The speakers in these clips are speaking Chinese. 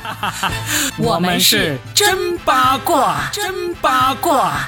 我们是真八卦，真八卦。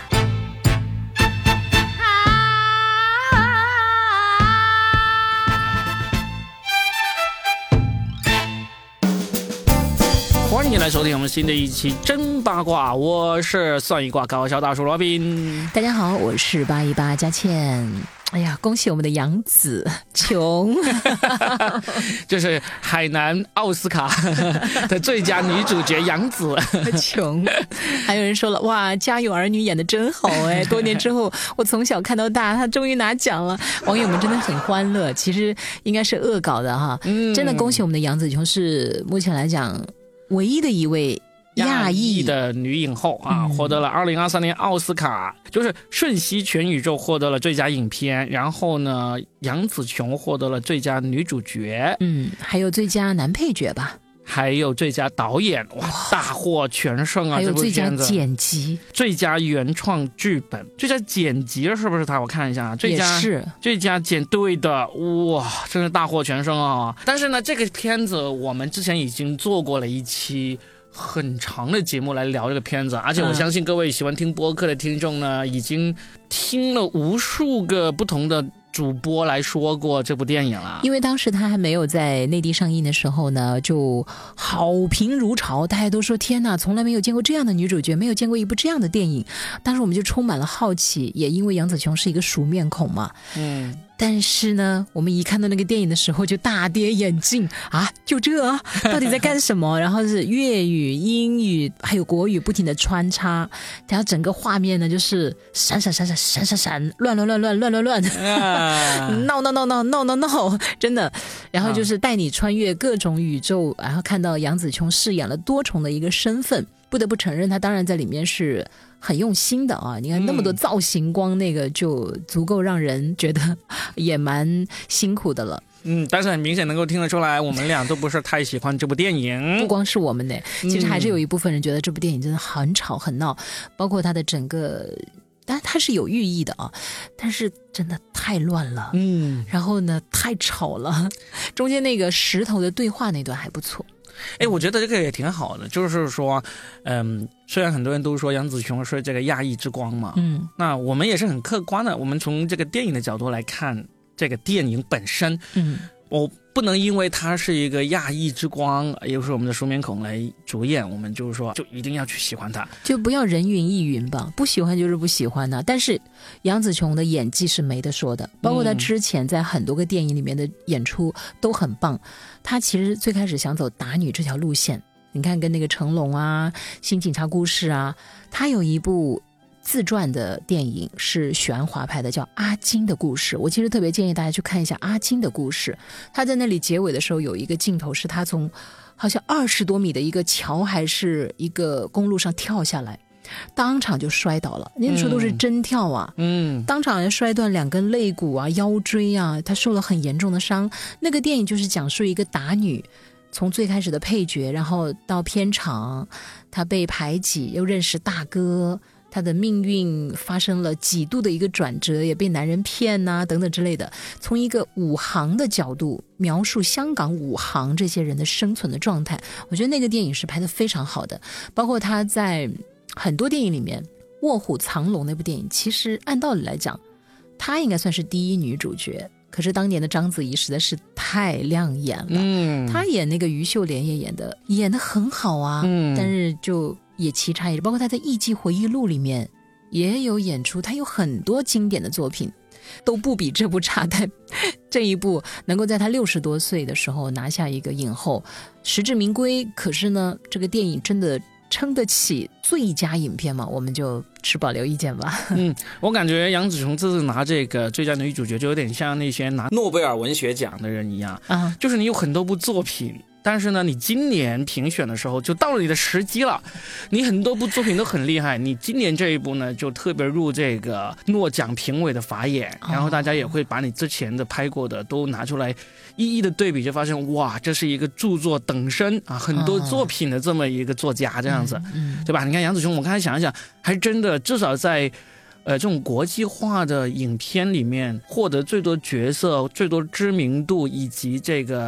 欢迎来收听我们新的一期真八卦，我是算一卦搞笑大叔罗宾。 大家好，我是818佳倩。哎呀，恭喜我们的杨紫琼就是海南奥斯卡的最佳女主角杨紫琼。还有人说了，哇，家有儿女演得真好哎，多年之后我从小看到大，她终于拿奖了。网友们真的很欢乐，其实应该是恶搞的哈。真的恭喜我们的杨紫琼，是目前来讲唯一的一位亚裔的女影后啊，获得了2023年奥斯卡，就是《瞬息全宇宙》获得了最佳影片，然后呢，杨紫琼获得了最佳女主角， 还有最佳男配角吧， 还有最佳导演，哇，大获全胜啊！ 还有最佳剪辑、 最佳原创剧本、最佳剪辑是不是他？我看一下，最佳是最佳剪对的，哇，真是大获全胜啊！但是呢，这个片子我们之前已经做过了一期很长的节目来聊这个片子，而且我相信各位喜欢听播客的听众呢，已经听了无数个不同的主播来说过这部电影了。 因为当时他还没有在内地上映的时候呢，就好评如潮，大家都说天哪，从来没有见过这样的女主角，没有见过一部这样的电影。当时我们就充满了好奇，也因为杨紫琼是一个熟面孔嘛。但是呢，我们一看到那个电影的时候就大跌眼镜啊！就这到底在干什么？然后是粤语、英语还有国语不停的穿插，然后整个画面呢就是闪闪闪闪闪闪闪，乱乱乱乱乱乱乱，闹闹闹闹闹闹闹，真的。然后就是带你穿越各种宇宙，然后看到杨紫琼饰演了多重的一个身份。不得不承认，她当然在里面是很用心的啊！你看那么多造型光，那个就足够让人觉得也蛮辛苦的了。 但是很明显能够听得出来，我们俩都不是太喜欢这部电影。 不光是我们呢，其实还是有一部分人觉得这部电影真的很吵很闹，包括它的整个，当然它是有寓意的啊，但是真的太乱了。然后呢，太吵了。中间那个石头的对话那段还不错。 我觉得这个也挺好的，就是说，虽然很多人都说杨紫琼是这个亚裔之光嘛，那我们也是很客观的，我们从这个电影的角度来看这个电影本身，我不能因为它是一个亚裔之光，也就是我们的熟面孔来主演，我们就是说就一定要去喜欢它， 就不要人云亦云吧，不喜欢就是不喜欢的。但是杨紫琼的演技是没得说的，包括她之前在很多个电影里面的演出都很棒。她其实最开始想走打女这条路线，你看跟那个成龙啊、新警察故事啊，她有一部自传的电影是许鞍华拍的，叫阿金的故事。我其实特别建议大家去看一下阿金的故事。他在那里结尾的时候有一个镜头是他从好像20多米的一个桥还是一个公路上跳下来，当场就摔倒了。那个时候都是真跳啊，当场摔断2根肋骨啊、腰椎啊，他受了很严重的伤。那个电影就是讲述一个打女从最开始的配角，然后到片场，他被排挤，又认识大哥，他的命运发生了几度的一个转折，也被男人骗啊等等之类的，从一个武行的角度描述香港武行这些人的生存的状态。我觉得那个电影是拍得非常好的，包括他在很多电影里面，卧虎藏龙那部电影其实按道理来讲她应该算是第一女主角，可是当年的章子怡实在是太亮眼了，她演那个于秀莲也演得很好啊，但是就也奇差一点，包括她在《艺伎回忆录》里面也有演出，她有很多经典的作品都不比这部差，但这一部能够在她60多岁的时候拿下一个影后，实至名归。可是呢，这个电影真的撑得起最佳影片吗？我们就持保留意见吧。 我感觉杨紫琼这次拿这个最佳女主角就有点像那些拿诺贝尔文学奖的人一样，就是你有很多部作品，但是呢，你今年评选的时候就到了你的时机了，你很多部作品都很厉害，你今年这一部呢就特别入这个诺奖评委的法眼，然后大家也会把你之前的拍过的都拿出来一一的对比，就发现哇，这是一个著作等身啊，很多作品的这么一个作家这样子，对吧？你看杨紫琼，我刚才想一想，还真的至少在这种国际化的影片里面获得最多角色、最多知名度以及这个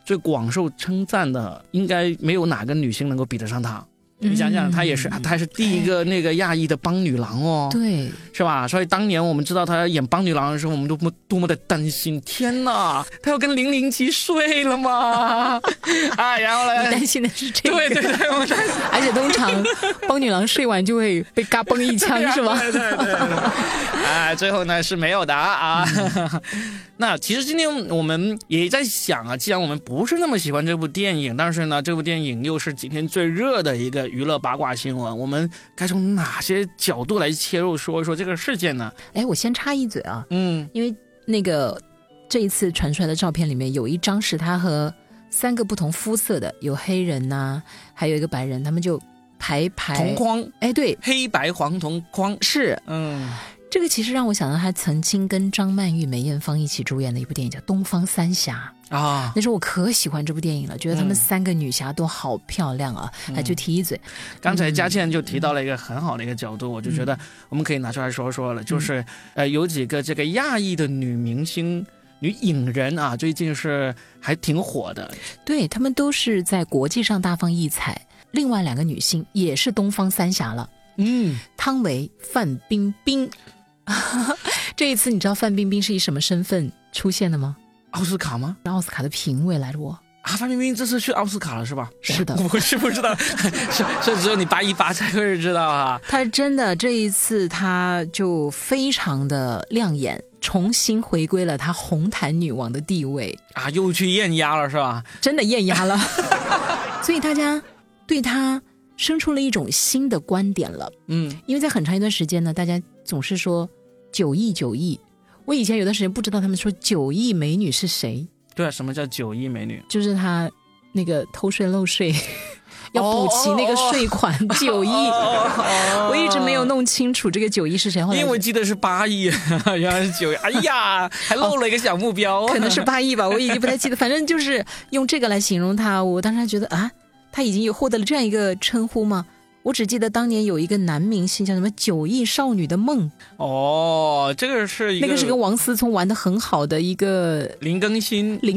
最广受称赞的，应该没有哪个女星能够比得上她。你想想，她还是第一个那个亚裔的邦女郎哦， 对， 是吧？所以当年我们知道她演邦女郎的时候，我们多么的担心，天哪，她要跟007睡了吗？然后呢？ 你担心的是这个， 对，我担心。 而且通常邦女郎睡完就会被嘎嘣一枪，是吧？ 对，最后呢是没有的啊。那其实今天我们也在想啊，既然我们不是那么喜欢这部电影，但是呢，这部电影又是今天最热的一个娱乐八卦新闻，我们该从哪些角度来切入说一说这个事件呢？ 我先插一嘴啊，因为那个这一次传出来的照片里面有一张是他和3个不同肤色的，有黑人呐，还有一个白人，他们就排同框， 对， 黑白黄同框是，这个其实让我想到他曾经跟张曼玉、梅艳芳一起主演的一部电影叫《东方三侠》啊，那时候我可喜欢这部电影了，觉得他们3个女侠都好漂亮啊，就提一嘴。 刚才佳倩就提到了一个很好的一个角度，我就觉得我们可以拿出来说说了，就是有几个这个亚裔的女明星、女影人啊，最近是还挺火的。 对，她们都是在国际上大放异彩。另外2个女星也是东方三侠了，汤唯、范冰冰。这一次你知道范冰冰是以什么身份出现的吗？ 奥斯卡吗？ 奥斯卡的评委来着我。 范冰冰这次去奥斯卡了是吧？ 是的， 我是不知道，所以只有你818才会知道啊。 她真的这一次她就非常的亮眼，重新回归了她红毯女王的地位啊，又去艳压了是吧？ 真的艳压了，所以大家对她生出了一种新的观点了。因为在很长一段时间呢，大家总是说9亿，我以前有段时间不知道他们说9亿美女是谁。 对啊，什么叫9亿美女？ 就是她那个偷税漏税要补齐那个税款9亿，我一直没有弄清楚这个9亿是谁。后来因为我记得是8亿，原来是9亿，哎呀，还漏了一个小目标， 可能是8亿吧，我已经不太记得，反正就是用这个来形容她。我当时还觉得啊，她已经有获得了这样一个称呼吗？我只记得当年有一个男明星叫什么9亿少女的梦。 这个是一个， 那个是跟王思聪玩得很好的一个林更新， 对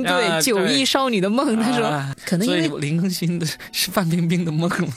，9亿少女的梦。他说可能因为林更新的是范冰冰的梦吗？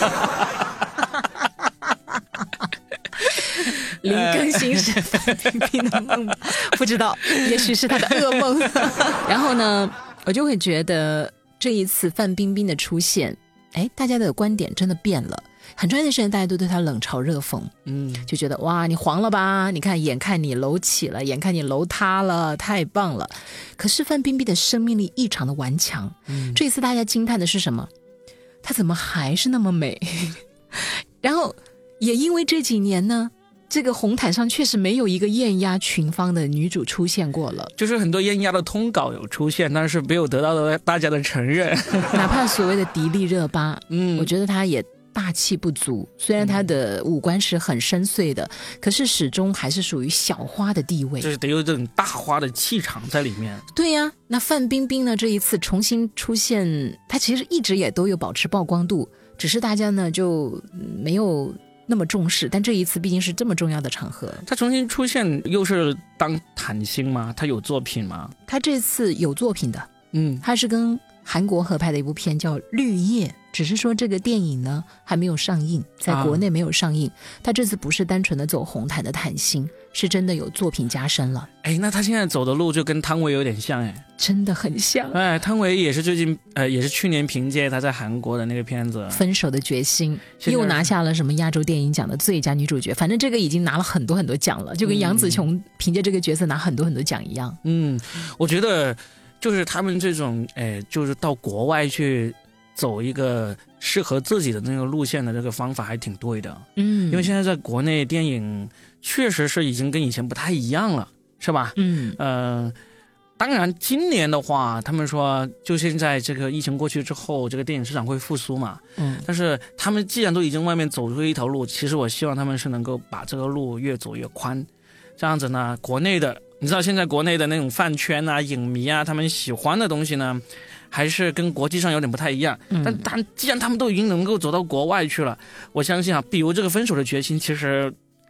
林更新是范冰冰的梦，不知道，也许是他的噩梦。然后呢，我就会觉得这一次范冰冰的出现，大家的观点真的变了。很长一段时间大家都对她冷嘲热讽，就觉得哇，你黄了吧，你看眼看你楼起了，眼看你楼塌了，太棒了。可是范冰冰的生命力异常的顽强，这一次大家惊叹的是什么？她怎么还是那么美？然后也因为这几年呢，这个红毯上确实没有一个艳压群芳的女主出现过了， 就是很多艳压的通稿有出现，但是没有得到大家的承认。 哪怕所谓的迪丽热巴，我觉得她也大气不足，虽然她的五官是很深邃的，可是始终还是属于小花的地位， 就是得有这种大花的气场在里面。 对呀，那范冰冰呢，这一次重新出现，她其实一直也都有保持曝光度，只是大家呢就没有那么重视，但这一次毕竟是这么重要的场合， 她重新出现又是当毯星吗？她有作品吗？ 她这次有作品的，她是跟韩国合拍的一部片叫《绿叶》，只是说这个电影呢还没有上映，在国内没有上映。她这次不是单纯的走红毯的毯星，是真的有作品加身了。 那她现在走的路就跟汤唯有点像真的很像。 汤唯也是最近也是去年凭借她在韩国的那个片子《 分手的决心》又拿下了什么亚洲电影奖的最佳女主角，反正这个已经拿了很多很多奖了，就跟杨紫琼凭借这个角色拿很多很多奖一样。 我觉得就是他们这种就是到国外去走一个适合自己的那个路线的这个方法还挺对的。因为现在在国内电影确实是已经跟以前不太一样了，是吧？当然今年的话他们说就现在这个疫情过去之后，这个电影市场会复苏嘛。但是他们既然都已经外面走出一条路，其实我希望他们是能够把这个路越走越宽，这样子呢，国内的你知道现在国内的那种饭圈啊、影迷啊，他们喜欢的东西呢还是跟国际上有点不太一样。但既然他们都已经能够走到国外去了，我相信比如这个分手的决心，其实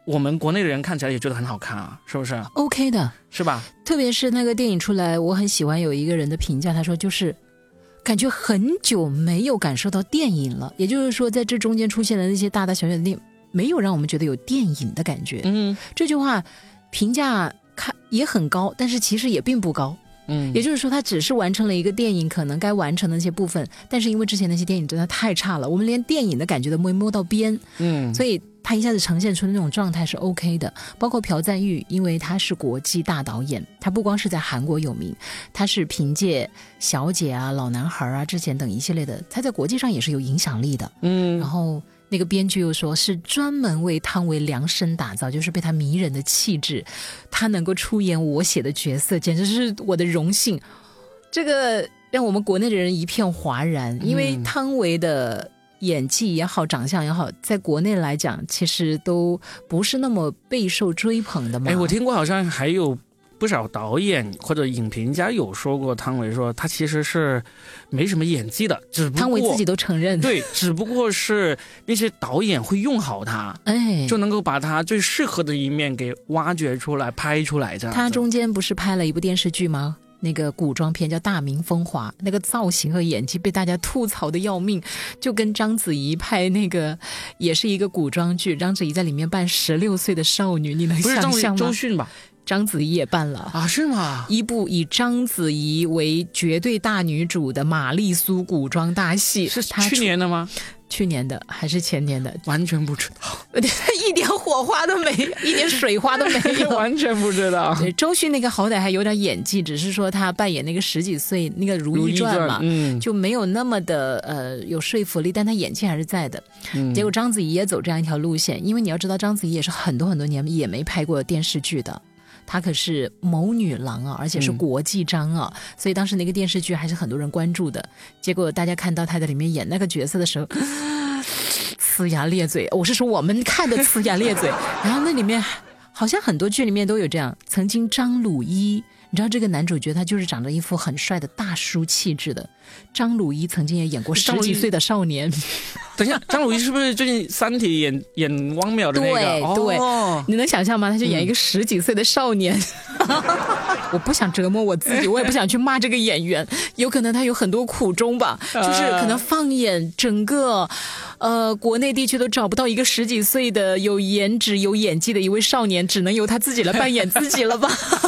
我们国内的人看起来也觉得很好看啊，是不是 OK 的， 是吧？ 特别是那个电影出来，我很喜欢有一个人的评价，他说就是感觉很久没有感受到电影了，也就是说在这中间出现的那些大大小小的电影没有让我们觉得有电影的感觉。这句话评价看也很高，但是其实也并不高。也就是说他只是完成了一个电影可能该完成的那些部分，但是因为之前那些电影真的太差了，我们连电影的感觉都没摸到边，所以他一下子呈现出的那种状态是 OK 的。包括朴赞郁，因为他是国际大导演，他不光是在韩国有名，他是凭借小姐啊、老男孩啊之前等一系列的，他在国际上也是有影响力的。然后那个编剧又说是专门为汤唯量身打造，就是被他迷人的气质，他能够出演我写的角色简直是我的荣幸。这个让我们国内的人一片哗然，因为汤唯的演技也好，长相也好，在国内来讲其实都不是那么备受追捧的嘛。 我听过好像还有不少导演或者影评家有说过汤唯说他其实是没什么演技的，只不过汤唯自己都承认， 对，只不过是那些导演会用好他，就能够把他最适合的一面给挖掘出来拍出来这样子。 他中间不是拍了一部电视剧吗？那个古装片叫《大明风华》，那个造型和演技被大家吐槽的要命，就跟章子怡拍那个也是一个古装剧，章子怡在里面扮16岁的少女，你能想象吗？ 不是周迅吧？ 章子怡也扮了啊？是吗？ 一部以章子怡为绝对大女主的玛丽苏古装大戏， 是去年的吗？ 去年的还是前年的？ 完全不知道， 一点火花都没有，一点水花都没有， 完全不知道。 对，周迅那个好歹还有点演技，只是说她扮演那个10几岁那个如懿传嘛，就没有那么的有说服力，但她演技还是在的。结果章子怡也走这样一条路线，因为你要知道章子怡也是很多年也没拍过电视剧的。她可是谋女郎啊，而且是国际章啊，所以当时那个电视剧还是很多人关注的。结果大家看到她在里面演那个角色的时候，呲牙咧嘴，我是说我们看的呲牙咧嘴。然后那里面好像很多剧里面都有这样，曾经张鲁一，你知道这个男主角他就是长着一副很帅的大叔气质的，张鲁一曾经也演过10几岁的少年。 等一下，张鲁一是不是最近三体演汪淼的那个？ 对，你能想象吗？他就演一个10几岁的少年。我不想折磨我自己，我也不想去骂这个演员，有可能他有很多苦衷吧，就是可能放眼整个国内地区都找不到一个10几岁的有颜值有演技的一位少年，只能由他自己来扮演自己了吧。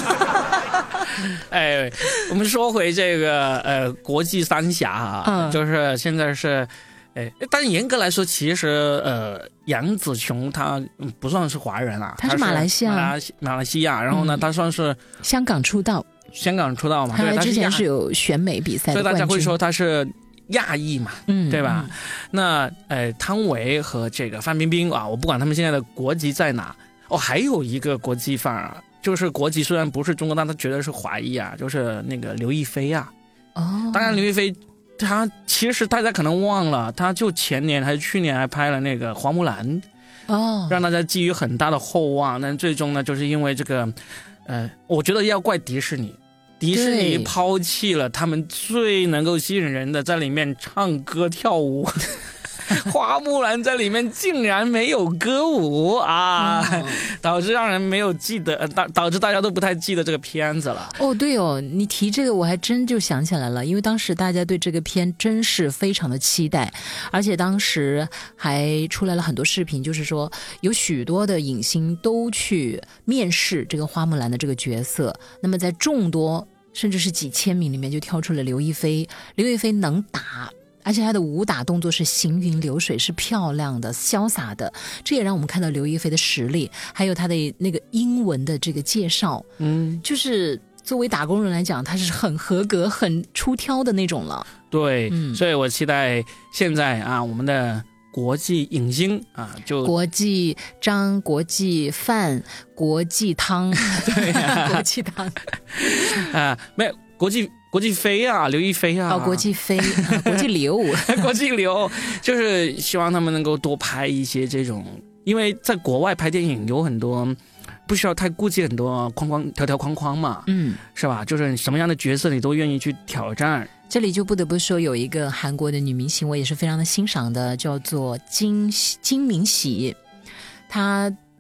我们说回这个国际三侠啊，就是现在是但是严格来说，其实杨紫琼她不算是华人啊， 她是马来西亚，然后呢，她算是香港出道嘛， 对， 她之前是有选美比赛的冠军， 所以大家会说她是亚裔嘛，对吧？那汤唯和这个范冰冰啊，我不管他们现在的国籍在哪，还有一个国际范儿啊，就是国籍虽然不是中国，但他觉得是华裔啊，就是那个刘亦菲啊。当然刘亦菲他其实大家可能忘了，他就前年还是去年还拍了那个花木兰，让大家寄予很大的厚望，但最终呢，就是因为这个我觉得要怪迪士尼抛弃了他们最能够吸引人的在里面唱歌跳舞。花木兰在里面竟然没有歌舞啊，导致让人没有记得，导致大家都不太记得这个片子了。 对哦，你提这个我还真就想起来了，因为当时大家对这个片真是非常的期待，而且当时还出来了很多视频，就是说有许多的影星都去面试这个花木兰的这个角色，那么在众多甚至是几千名里面就挑出了刘亦菲能打，而且她的武打动作是行云流水，是漂亮的潇洒的，这也让我们看到刘亦菲的实力，还有她的那个英文的这个介绍，就是作为打工人来讲她是很合格很出挑的那种了。 对，所以我期待现在啊我们的国际影星啊，就国际张、国际范、国际汤， 对啊， 国际汤啊，没有国际飞啊，刘亦菲啊， 国际飞，国际流， 国际流，就是希望他们能够多拍一些这种，因为在国外拍电影有很多不需要太顾忌很多条框嘛，是吧？就是什么样的角色你都愿意去挑战。 这里就不得不说有一个韩国的女明星，我也是非常的欣赏的，叫做金敏喜。她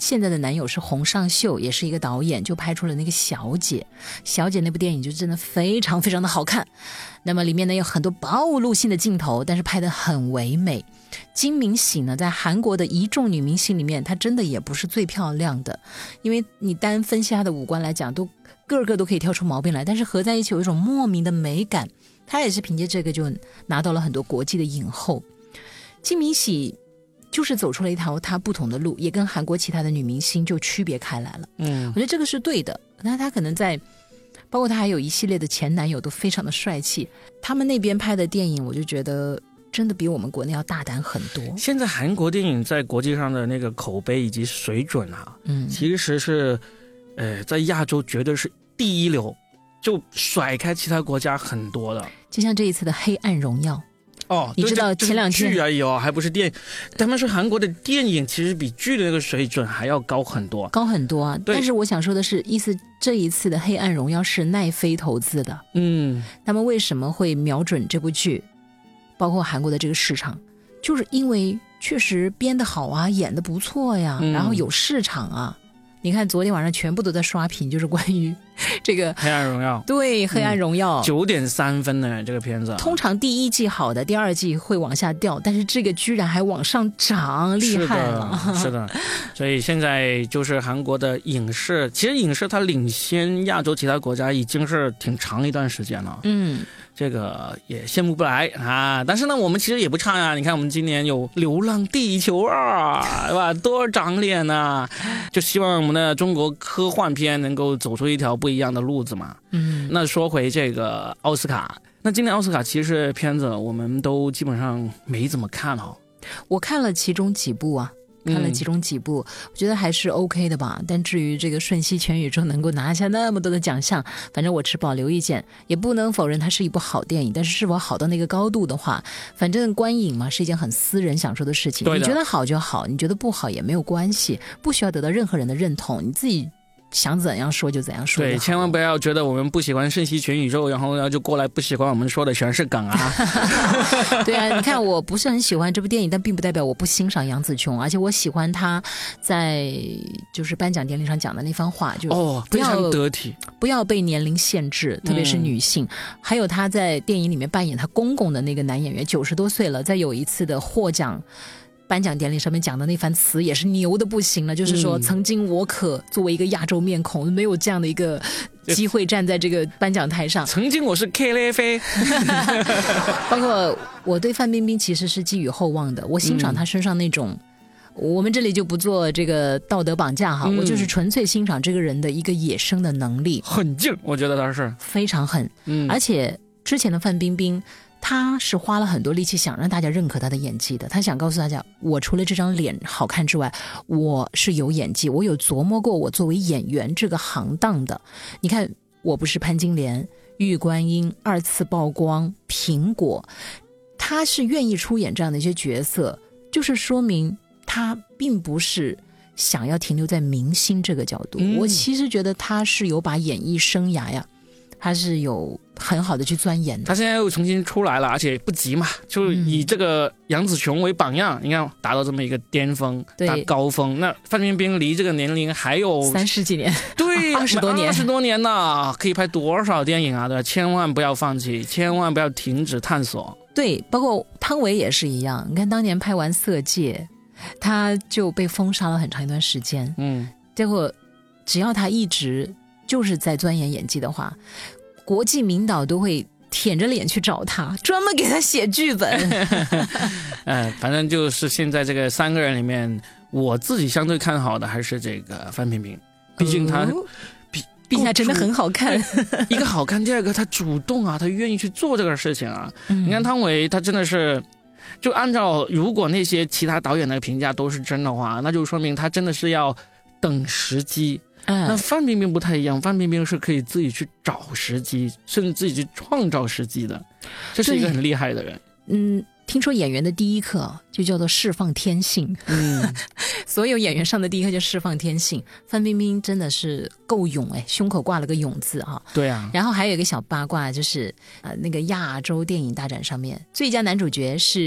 现在的男友是洪尚秀，也是一个导演，就拍出了那个小姐那部电影，就真的非常非常的好看。那么里面呢有很多暴露性的镜头，但是拍得很唯美。金敏喜呢，在韩国的一众女明星里面，她真的也不是最漂亮的，因为你单分析她的五官来讲，都个个都可以挑出毛病来，但是合在一起有一种莫名的美感。她也是凭借这个就拿到了很多国际的影后。金敏喜就是走出了一条她不同的路，也跟韩国其他的女明星就区别开来了。我觉得这个是对的。那她可能在包括她还有一系列的前男友都非常的帅气，他们那边拍的电影我就觉得真的比我们国内要大胆很多。 现在韩国电影在国际上的那个口碑以及水准啊，其实是在亚洲绝对是第一流，就甩开其他国家很多的。 就像这一次的《黑暗荣耀》你知道前两天剧而已还不是电影。他们说韩国的电影其实比剧的那个水准还要高很多啊。但是我想说的是，这一次的《黑暗荣耀》是奈飞投资的。那么为什么会瞄准这部剧，包括韩国的这个市场，就是因为确实编得好啊，演得不错呀，然后有市场啊。你看昨天晚上全部都在刷屏，就是关于这个黑暗荣耀。 对，黑暗荣耀 9.3分呢，这个片子通常第一季好的，第二季会往下掉，但是这个居然还往上涨，厉害了。 是的所以现在就是韩国的影视，其实影视它领先亚洲其他国家已经是挺长一段时间了。这个也羡慕不来啊！但是呢，我们其实也不差呀。你看，我们今年有《流浪地球2》，对吧？多长脸啊！就希望我们的中国科幻片能够走出一条不一样的路子嘛。那说回这个奥斯卡，那今年奥斯卡其实片子我们都基本上没怎么看了。 我看了其中几部啊。我觉得还是 OK 的吧。但至于这个瞬息全宇宙能够拿下那么多的奖项，反正我持保留意见。也不能否认它是一部好电影，但是是否好到那个高度的话，反正观影嘛是一件很私人享受的事情。你觉得好就好，你觉得不好也没有关系，不需要得到任何人的认同，你自己想怎样说就怎样说。 对，千万不要觉得我们不喜欢瞬息全宇宙，然后就过来不喜欢我们说的全是梗啊。 对啊，你看我不是很喜欢这部电影，但并不代表我不欣赏杨紫琼，而且我喜欢她在就是颁奖典礼上讲的那番话，就非常得体， 不要被年龄限制，特别是女性。还有她在电影里面扮演她公公的那个男演员，90多岁了，在有一次的获奖颁奖典礼上面讲的那番词也是牛的不行了，就是说曾经我可作为一个亚洲面孔没有这样的一个机会站在这个颁奖台上， 曾经我是 KLF。 包括我对范冰冰其实是寄予厚望的，我欣赏她身上那种我们这里就不做这个道德绑架哈，我就是纯粹欣赏这个人的一个野生的能力， 很劲，我觉得他是非常狠。而且之前的范冰冰他是花了很多力气想让大家认可他的演技的，他想告诉大家，我除了这张脸好看之外，我是有演技，我有琢磨过我作为演员这个行当的。你看，我不是潘金莲、玉观音、二次曝光、苹果，他是愿意出演这样的一些角色，就是说明他并不是想要停留在明星这个角度。我其实觉得他是有把演艺生涯呀，他是有很好的去钻研的。 他现在又重新出来了，而且不急嘛，就以这个杨紫琼为榜样，你看达到这么一个巅峰大高峰。那范冰冰离这个年龄还有 30几年， 对 ，20多年呢，可以拍多少电影啊？对吧？千万不要放弃，千万不要停止探索。 对，包括汤唯也是一样，你看当年拍完《色戒》，他就被封杀了很长一段时间。结果只要他一直就是在钻研演技的话，国际名导都会舔着脸去找他，专门给他写剧本。 反正就是现在这个3个人里面，我自己相对看好的还是这个范冰冰，毕竟他毕竟他真的很好看。 一个好看，第二个他主动啊，他愿意去做这个事情啊。你看汤唯，他真的是就按照如果那些其他导演的评价都是真的话，那就说明他真的是要等时机。那范冰冰不太一样，范冰冰是可以自己去找时机，甚至自己去创造时机的，这是一个很厉害的人。 听说演员的第一课就叫做释放天性。所有演员上的第一课就释放天性。范冰冰真的是够勇，胸口挂了个勇字哈。 对啊。 然后还有一个小八卦，就是那个亚洲电影大展上面，最佳男主角是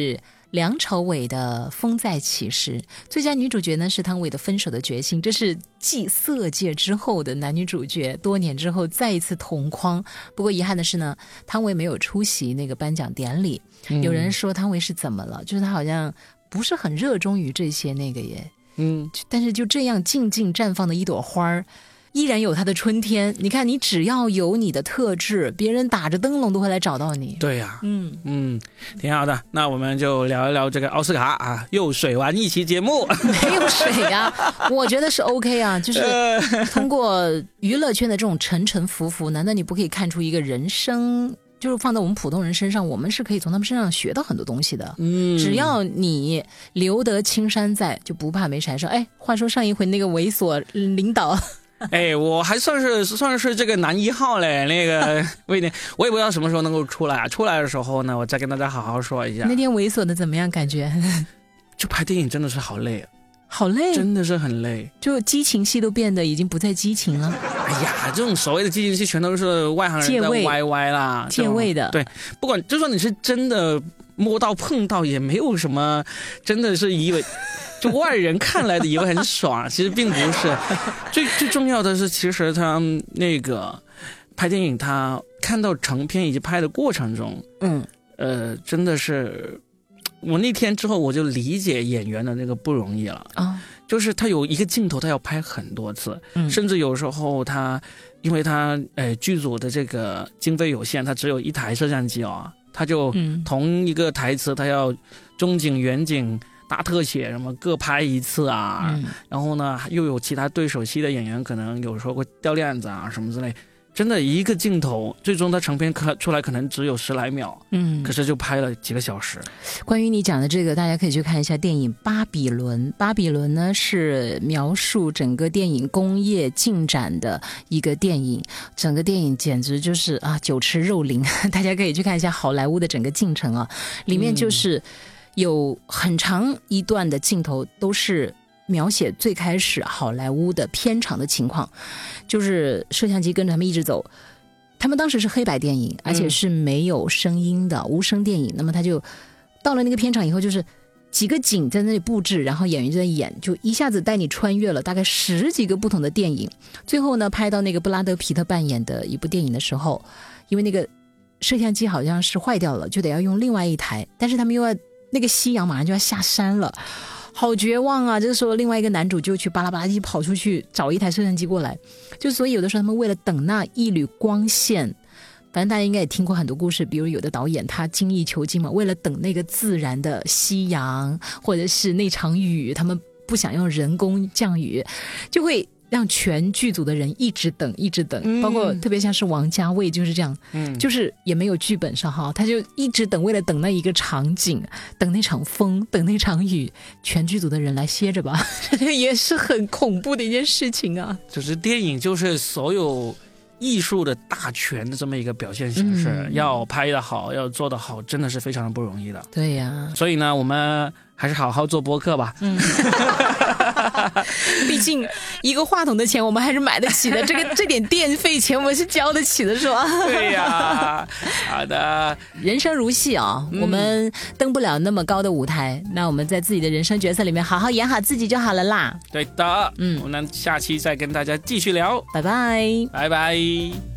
梁朝伟的《风再起时》，最佳女主角呢是汤唯的《分手的决心》，这是继色戒之后的男女主角多年之后再一次同框。不过遗憾的是呢，汤唯没有出席那个颁奖典礼。有人说汤唯是怎么了，就是她好像不是很热衷于这些那个耶。但是就这样静静绽放的一朵花依然有它的春天。你看，你只要有你的特质，别人打着灯笼都会来找到你。 对呀，挺好的。那我们就聊一聊这个奥斯卡啊，又水完一期节目。 没有水啊，我觉得是 OK 啊，就是通过娱乐圈的这种沉沉浮浮，难道你不可以看出一个人生？就是放在我们普通人身上，我们是可以从他们身上学到很多东西的。只要你留得青山在，就不怕没柴烧。话说上一回那个猥琐领导。 我还算是这个男1号嘞，那个我也不知道什么时候能够出来啊。出来的时候呢，我再跟大家好好说一下。 那天猥琐的怎么样？感觉就拍电影真的是好累啊， 好累， 真的是很累。 就激情戏都变得已经不再激情了。 哎呀，这种所谓的激情戏全都是外行人在歪歪啦， 借位的。 对，不管就算你是真的摸到碰到，也没有什么真的是以为。就外人看来的以为很爽，其实并不是。最重要的是，其实他那个拍电影，他看到成片以及拍的过程中，真的是我那天之后我就理解演员的那个不容易了啊。就是他有一个镜头，他要拍很多次，甚至有时候他因为他剧组的这个经费有限，他只有一台摄像机啊，他就同一个台词，他要中景、远景。大特写什么各拍一次啊，然后呢又有其他对手戏的演员可能有时候会掉链子啊什么之类，真的一个镜头最终它成片出来可能只有10来秒，可是就拍了几个小时。 关于你讲的这个，大家可以去看一下电影《巴比伦》。巴比伦呢是描述整个电影工业进展的一个电影，整个电影简直就是酒池肉林，大家可以去看一下好莱坞的整个进程啊，里面就是有很长一段的镜头都是描写最开始好莱坞的片场的情况，就是摄像机跟着他们一直走。他们当时是黑白电影，而且是没有声音的无声电影。那么他就到了那个片场以后，就是几个景在那里布置，然后演员就在演，就一下子带你穿越了大概10几个不同的电影。最后呢，拍到那个布拉德皮特扮演的一部电影的时候，因为那个摄像机好像是坏掉了，就得要用另外一台，但是他们又要那个夕阳马上就要下山了，好绝望啊！这个时候另外一个男主就去巴拉巴拉一跑出去找一台摄像机过来，就所以有的时候他们为了等那一缕光线，反正大家应该也听过很多故事，比如有的导演他精益求精嘛，为了等那个自然的夕阳或者是那场雨，他们不想用人工降雨，就会让全剧组的人一直等一直等，包括特别像是王家卫就是这样，就是也没有剧本上哈，他就一直等，为了等那一个场景，等那场风，等那场雨，全剧组的人来歇着吧，也是很恐怖的一件事情啊。 就是电影就是所有艺术的大全的这么一个表现形式，要拍得好，要做得好，真的是非常的不容易的。 对呀， 所以呢，我们还是好好做播客吧。 毕竟一个话筒的钱我们还是买得起的，这点电费钱我们是交得起的，是吧？ 对呀，好的。 人生如戏啊，我们登不了那么高的舞台，那我们在自己的人生角色里面好好演好自己就好了啦。 对的，我们下期再跟大家继续聊， 拜拜， 拜拜。